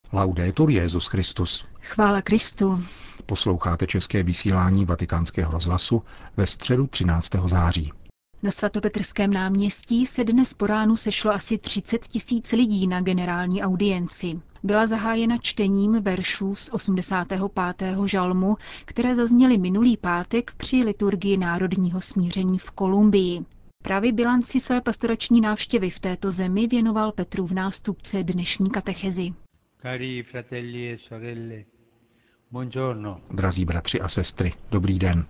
Laudetur Jesus Christus. Chvála Kristu. Posloucháte české vysílání Vatikánského rozhlasu ve středu 13. září. Na svatopetrském náměstí se dnes po ránu sešlo asi 30 000 lidí na generální audienci. Byla zahájena čtením veršů z 85. žalmu, které zazněly minulý pátek při liturgii národního smíření v Kolumbii. Právě bilanci své pastorační návštěvy v této zemi věnoval Petrův nástupce dnešní katechezi. Cari fratelli e sorelle, buongiorno. Drazí bratři a sestry, dobrý den.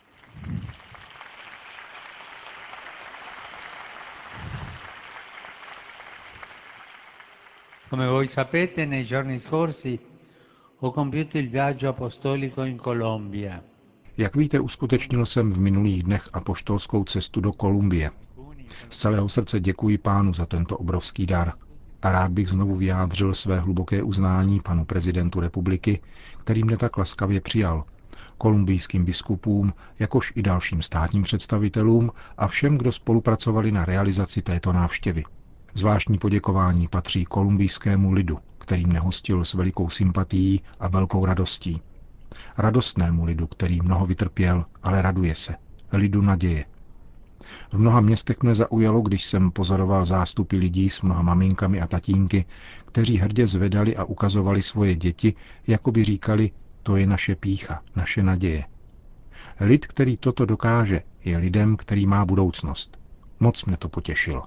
Come voi sapete, nei giorni scorsi ho compiuto il viaggio apostolico in Colombia. Jak víte, uskutečnil jsem v minulých dnech apoštolskou cestu do Kolumbie. Z celého srdce děkuji Pánu za tento obrovský dar a rád bych znovu vyjádřil své hluboké uznání panu prezidentu republiky, který mne tak laskavě přijal, kolumbijským biskupům, jakož i dalším státním představitelům a všem, kdo spolupracovali na realizaci této návštěvy. Zvláštní poděkování patří kolumbijskému lidu, který mne hostil s velikou sympatií a velkou radostí. Radostnému lidu, který mnoho vytrpěl, ale raduje se. Lidu naděje. V mnoha městech mne zaujalo, když jsem pozoroval zástupy lidí s mnoha maminkami a tatínky, kteří hrdě zvedali a ukazovali svoje děti, jako by říkali, to je naše pýcha, naše naděje. Lid, který toto dokáže, je lidem, který má budoucnost. Moc mne to potěšilo.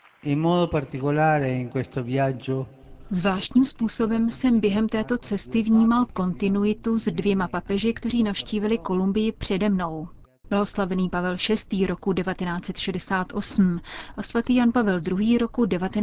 Zvláštním způsobem jsem během této cesty vnímal kontinuitu s 2 papeži, kteří navštívili Kolumbii přede mnou. Blahoslavený Pavel VI. Roku 1968 a svatý Jan Pavel II. Roku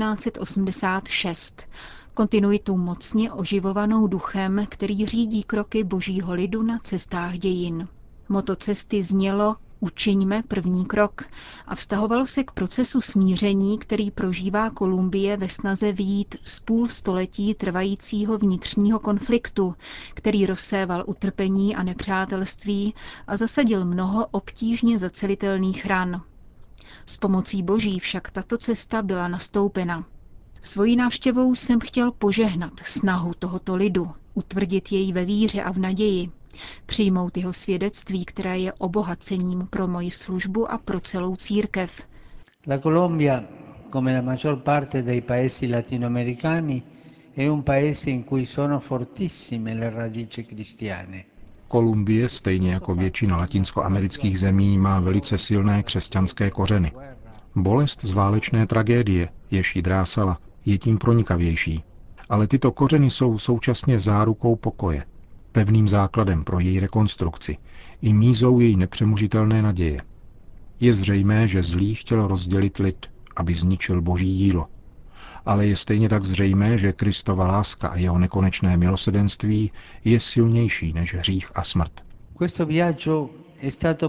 1986. Kontinuitu mocně oživovanou duchem, který řídí kroky božího lidu na cestách dějin. Motto cesty znělo Učiňme první krok a vztahovalo se k procesu smíření, který prožívá Kolumbie ve snaze vyjít z půl století trvajícího vnitřního konfliktu, který rozséval utrpení a nepřátelství a zasadil mnoho obtížně zacelitelných ran. S pomocí Boží však tato cesta byla nastoupena. Svojí návštěvou jsem chtěl požehnat snahu tohoto lidu, utvrdit jej ve víře a v naději, přijmout jeho svědectví, které je obohacením pro moji službu a pro celou církev. La Colombia, come la maggior parte dei paesi latinoamericani, è un paese in cui sono fortissime le radici cristiane. Kolumbie, stejně jako většina latinskoamerických zemí, má velice silné křesťanské kořeny. Bolest z válečné tragédie, jež ji drásala, je tím pronikavější. Ale tyto kořeny jsou současně zárukou pokoje, pevným základem pro její rekonstrukci i mízou její nepřemožitelné naděje. Je zřejmé, že zlý chtěl rozdělit lid, aby zničil boží dílo. Ale je stejně tak zřejmé, že Kristova láska a jeho nekonečné milosrdenství je silnější než hřích a smrt. Questo viaggio è stato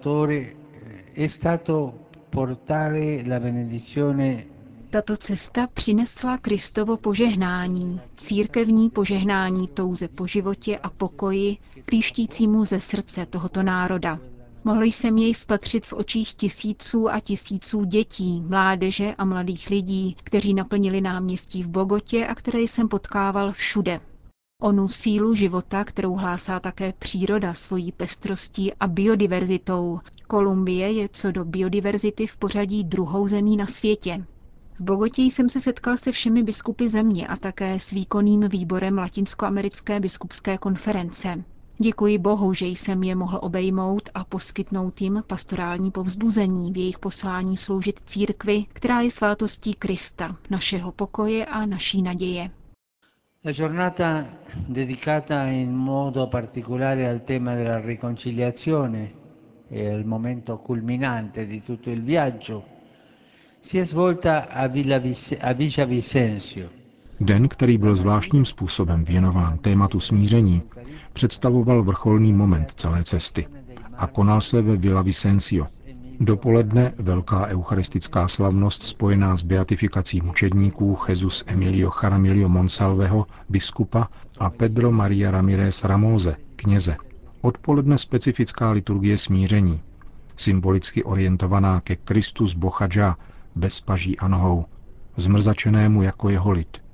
portare la benedizione. Tato cesta přinesla Kristovo požehnání, církevní požehnání touze po životě a pokoji, plíštícímu ze srdce tohoto národa. Mohl jsem jej spatřit v očích tisíců a tisíců dětí, mládeže a mladých lidí, kteří naplnili náměstí v Bogotě a které jsem potkával všude. Onu sílu života, kterou hlásá také příroda svojí pestrostí a biodiverzitou. Kolumbie je co do biodiverzity v pořadí 2. zemí na světě. V Bogotě jsem se setkal se všemi biskupy země a také s výkonným výborem Latinskoamerické biskupské konference. Děkuji Bohu, že jsem je mohl obejmout a poskytnout jim pastorální povzbuzení v jejich poslání sloužit církvi, která je svátostí Krista, našeho pokoje a naší naděje. La giornata dedicata in modo particolare al tema della riconciliazione e al momento culminante di tutto il viaggio si è svolta a Villavicencio. Den, který byl zvláštním způsobem věnován tématu smíření, představoval vrcholný moment celé cesty a konal se ve Villavicencio. Dopoledne velká eucharistická slavnost spojená s beatifikací mučedníků Jesus Emilio Jaramillo Monsalveho, biskupa, a Pedro Maria Ramírez Ramose, kněze. Odpoledne specifická liturgie smíření, symbolicky orientovaná ke Kristu z Bochadža, bez paží a nohou, zmrzačenému jako jeho lid.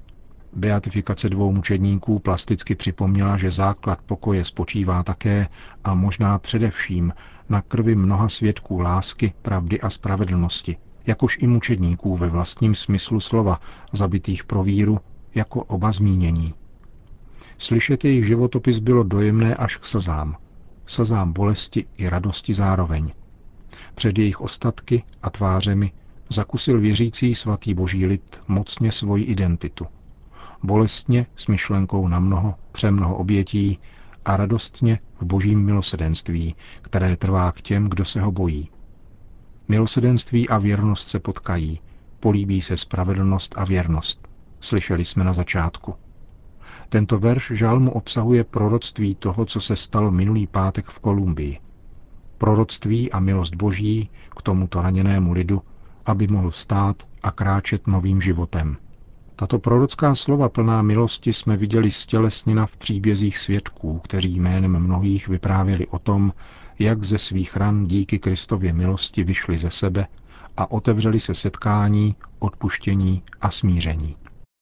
Beatifikace 2 mučedníků plasticky připomněla, že základ pokoje spočívá také a možná především na krvi mnoha svědků lásky, pravdy a spravedlnosti, jakož i mučedníků ve vlastním smyslu slova, zabitých pro víru, jako oba zmínění. Slyšet jejich životopis bylo dojemné až k slzám bolesti i radosti zároveň. Před jejich ostatky a tvářemi zakusil věřící svatý boží lid mocně svoji identitu. Bolestně s myšlenkou na přemnoho obětí a radostně v božím milosedenství, které trvá k těm, kdo se ho bojí. Milosedenství a věrnost se potkají, políbí se spravedlnost a věrnost. Slyšeli jsme na začátku. Tento verš žalmu obsahuje proroctví toho, co se stalo minulý pátek v Kolumbii. Proroctví a milost boží k tomuto raněnému lidu, aby mohl vstát a kráčet novým životem. Tato prorocká slova plná milosti jsme viděli ztělesněna v příbězích svědků, kteří jménem mnohých vyprávěli o tom, jak ze svých ran díky Kristově milosti vyšli ze sebe a otevřeli se setkání, odpuštění a smíření.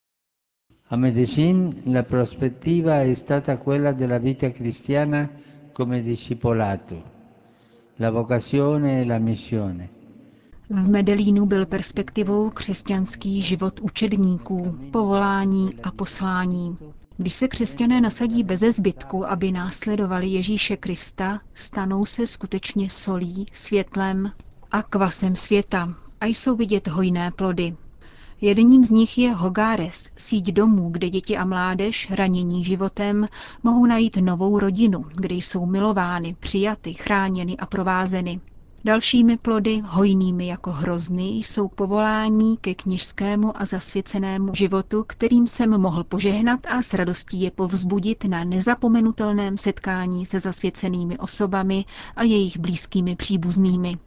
A Medellín la prospettiva è stata quella della vita cristiana come discepolato, la vocazione e la missione. V Medellínu byl perspektivou křesťanský život učedníků, povolání a poslání. Když se křesťané nasadí beze zbytku, aby následovali Ježíše Krista, stanou se skutečně solí, světlem a kvasem světa a jsou vidět hojné plody. Jedním z nich je Hogares, síť domů, kde děti a mládež, ranění životem, mohou najít novou rodinu, kde jsou milovány, přijaty, chráněny a provázeny. Dalšími plody, hojnými jako hrozny, jsou povolání ke kněžskému a zasvěcenému životu, kterým jsem mohl požehnat a s radostí je povzbudit na nezapomenutelném setkání se zasvěcenými osobami a jejich blízkými příbuznými.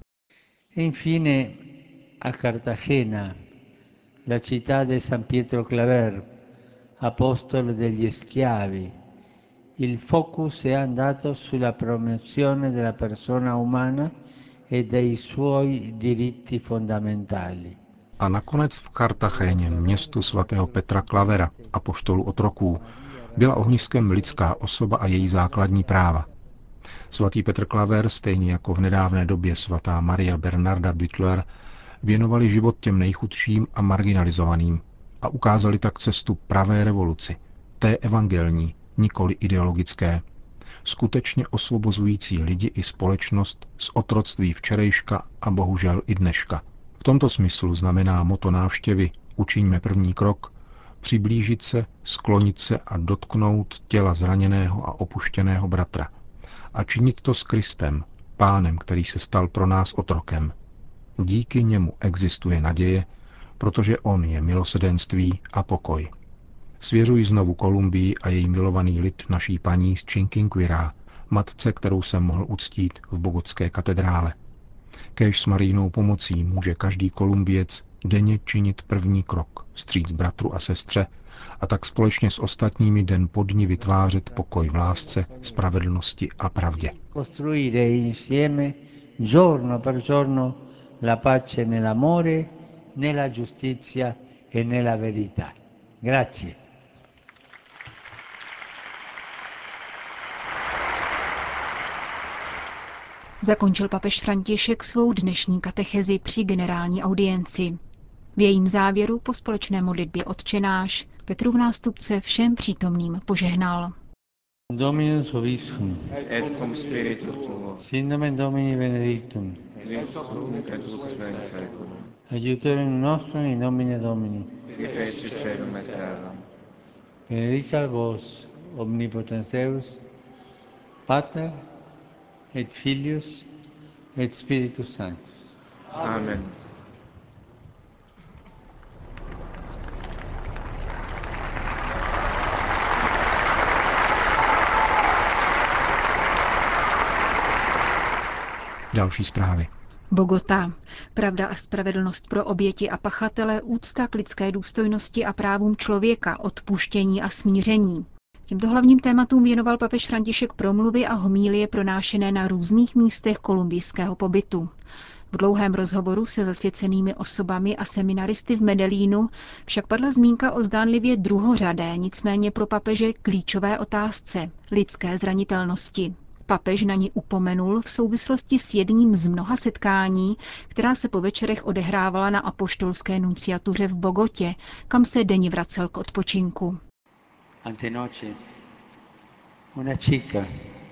Infine a Cartagena, la città di San Pietro Claver, apostolo degli schiavi. Il focus è andato sulla promozione della persona umana e dei suoi diritti fondamentali. A nakonec v Kartagéně, městu svatého Petra Klavera, apoštolu otroků, byla ohniskem lidská osoba a její základní práva. Svatý Petr Klaver, stejně jako v nedávné době svatá Maria Bernarda Butler, věnovali život těm nejchudším a marginalizovaným a ukázali tak cestu pravé revoluci, té evangelní, nikoli ideologické, skutečně osvobozující lidi i společnost z otroctví včerejška a bohužel i dneška. V tomto smyslu znamená motto návštěvy Učiňme první krok, přiblížit se, sklonit se a dotknout těla zraněného a opuštěného bratra. A činit to s Kristem, Pánem, který se stal pro nás otrokem. Díky němu existuje naděje, protože on je milosedenství a pokoj. Svěřuji znovu Kolumbii a její milovaný lid naší paní z Chinquinquirá, matce, kterou jsem mohl uctít v bogotské katedrále. Kéž s Marijnou pomocí může každý Kolumbiec denně činit první krok vstříc bratru a sestře a tak společně s ostatními den po dni vytvářet pokoj v lásce, spravedlnosti a pravdě. Costruire insieme, giorno per giorno, la pace nell'amore, nella giustizia e nella verità. Grazie. Zakončil papež František svou dnešní katechezi při generální audienci. V jejím závěru po společné modlitbě Otčenáš Petrův nástupce všem přítomným požehnal. Dominus vobiscum, et cum spiritu tuo, sin nomen Domini benedictum, ex nunc et usque in seculum, aiutorium nostrum in nomine Domini, qui feci caelum et terram, benedicat vos omnipotens Deus, Pater et Filius et Spiritus Sanctus. Amen. Další zprávy. Bogota. Pravda a spravedlnost pro oběti a pachatele, úcta k lidské důstojnosti a právům člověka, odpuštění a smíření. Těmto hlavním tématům věnoval papež František promluvy a homílie pronášené na různých místech kolumbijského pobytu. V dlouhém rozhovoru se zasvěcenými osobami a seminaristy v Medellínu však padla zmínka o zdánlivě druhořadé, nicméně pro papeže klíčové otázce lidské zranitelnosti. Papež na ní upomenul v souvislosti s jedním z mnoha setkání, která se po večerech odehrávala na apoštolské nunciatuře v Bogotě, kam se denně vracel k odpočinku. Antenoche, una chica,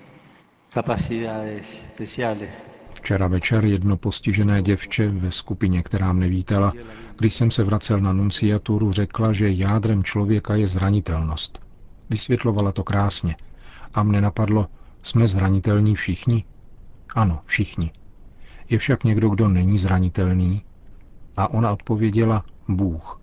capacidades especiales. Včera večer jedno postižené děvče ve skupině, která mne vítala, když jsem se vracel na nunciaturu, řekla, že jádrem člověka je zranitelnost. Vysvětlovala to krásně. A mne napadlo, jsme zranitelní všichni? Ano, všichni. Je však někdo, kdo není zranitelný? A ona odpověděla, Bůh.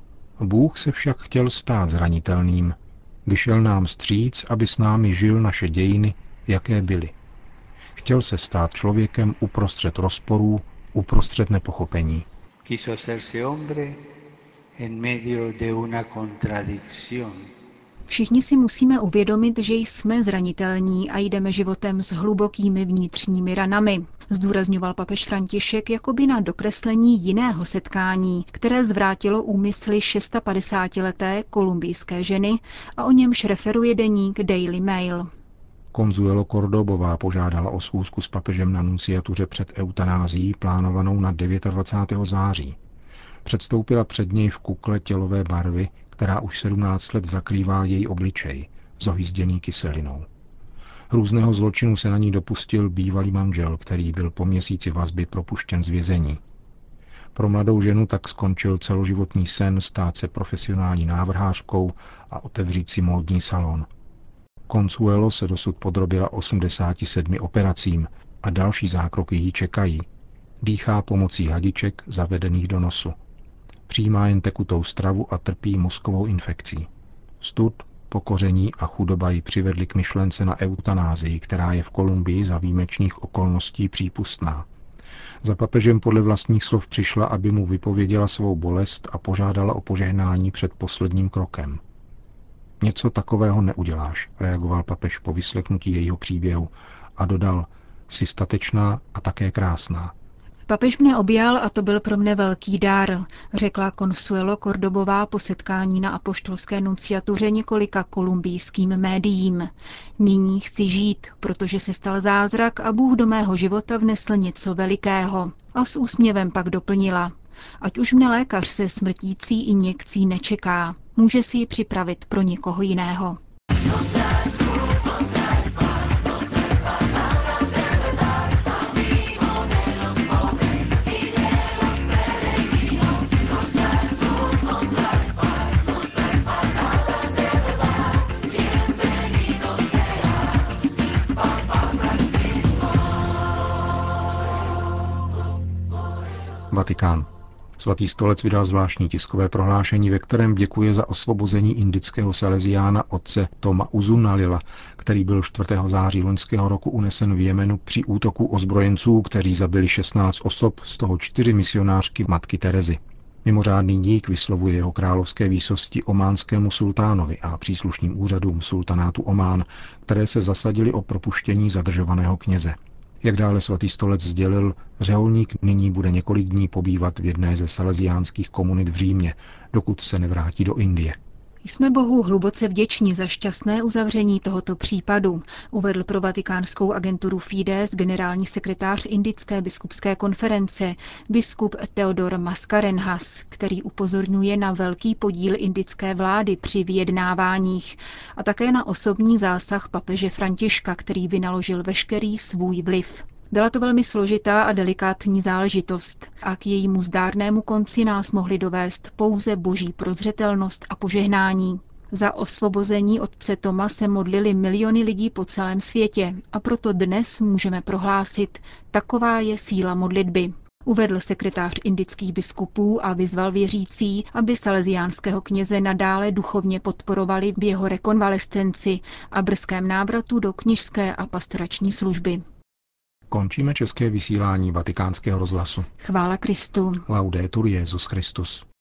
Bůh se však chtěl stát zranitelným. Vyšel nám vstříc, aby s námi žil naše dějiny, jaké byly. Chtěl se stát člověkem uprostřed rozporů, uprostřed nepochopení. Quiso hacerse hombre en medio de una contradicción. Všichni si musíme uvědomit, že jsme zranitelní a jdeme životem s hlubokými vnitřními ranami, zdůrazňoval papež František jakoby na dokreslení jiného setkání, které zvrátilo úmysly 56leté kolumbijské ženy a o němž referuje deník Daily Mail. Consuelo Cordobová požádala o schůzku s papežem na nunciatuře před eutanází plánovanou na 29. září. Předstoupila před něj v kukle tělové barvy, která už 17 let zakrývá její obličej, zohyzděný kyselinou. Hrůzného zločinu se na ní dopustil bývalý manžel, který byl po měsíci vazby propuštěn z vězení. Pro mladou ženu tak skončil celoživotní sen stát se profesionální návrhářkou a otevřít si módní salon. Consuelo se dosud podrobila 87 operacím a další zákroky ji čekají. Dýchá pomocí hadiček zavedených do nosu. Přijímá jen tekutou stravu a trpí mozkovou infekcí. Stud, pokoření a chudoba ji přivedly k myšlence na eutanázii, která je v Kolumbii za výjimečných okolností přípustná. Za papežem podle vlastních slov přišla, aby mu vypověděla svou bolest a požádala o požehnání před posledním krokem. Něco takového neuděláš, reagoval papež po vyslechnutí jejího příběhu a dodal, jsi statečná a také krásná. Papež mne objal a to byl pro mne velký dar, řekla Consuelo Cordobová po setkání na apoštolské nunciatuře několika kolumbijským médiím. Nyní chci žít, protože se stal zázrak a Bůh do mého života vnesl něco velikého. A s úsměvem pak doplnila. Ať už mne lékař se smrtící injekcí nečeká, může si ji připravit pro někoho jiného. Vatikán. Svatý stolec vydal zvláštní tiskové prohlášení, ve kterém děkuje za osvobození indického saleziána otce Toma Uzunalila, který byl 4. září loňského roku unesen v Jemenu při útoku ozbrojenců, kteří zabili 16 osob, z toho 4 misionářky matky Terezy. Mimořádný dík vyslovuje jeho královské výsosti ománskému sultánovi a příslušným úřadům sultanátu Omán, které se zasadili o propuštění zadržovaného kněze. Jak dále svatý stolec sdělil, řeholník nyní bude několik dní pobývat v jedné ze salesiánských komunit v Římě, dokud se nevrátí do Indie. Jsme Bohu hluboce vděční za šťastné uzavření tohoto případu, uvedl pro vatikánskou agenturu Fides generální sekretář Indické biskupské konference, biskup Theodor Mascarenhas, který upozorňuje na velký podíl indické vlády při vyjednáváních a také na osobní zásah papeže Františka, který vynaložil veškerý svůj vliv. Byla to velmi složitá a delikátní záležitost a k jejímu zdárnému konci nás mohly dovést pouze boží prozřetelnost a požehnání. Za osvobození otce Toma se modlili miliony lidí po celém světě a proto dnes můžeme prohlásit, taková je síla modlitby. Uvedl sekretář indických biskupů a vyzval věřící, aby salesiánského kněze nadále duchovně podporovali v jeho rekonvalescenci a brzkém návratu do kněžské a pastorační služby. Končíme české vysílání Vatikánského rozhlasu. Chvála Kristu. Laudetur Jesus Christus.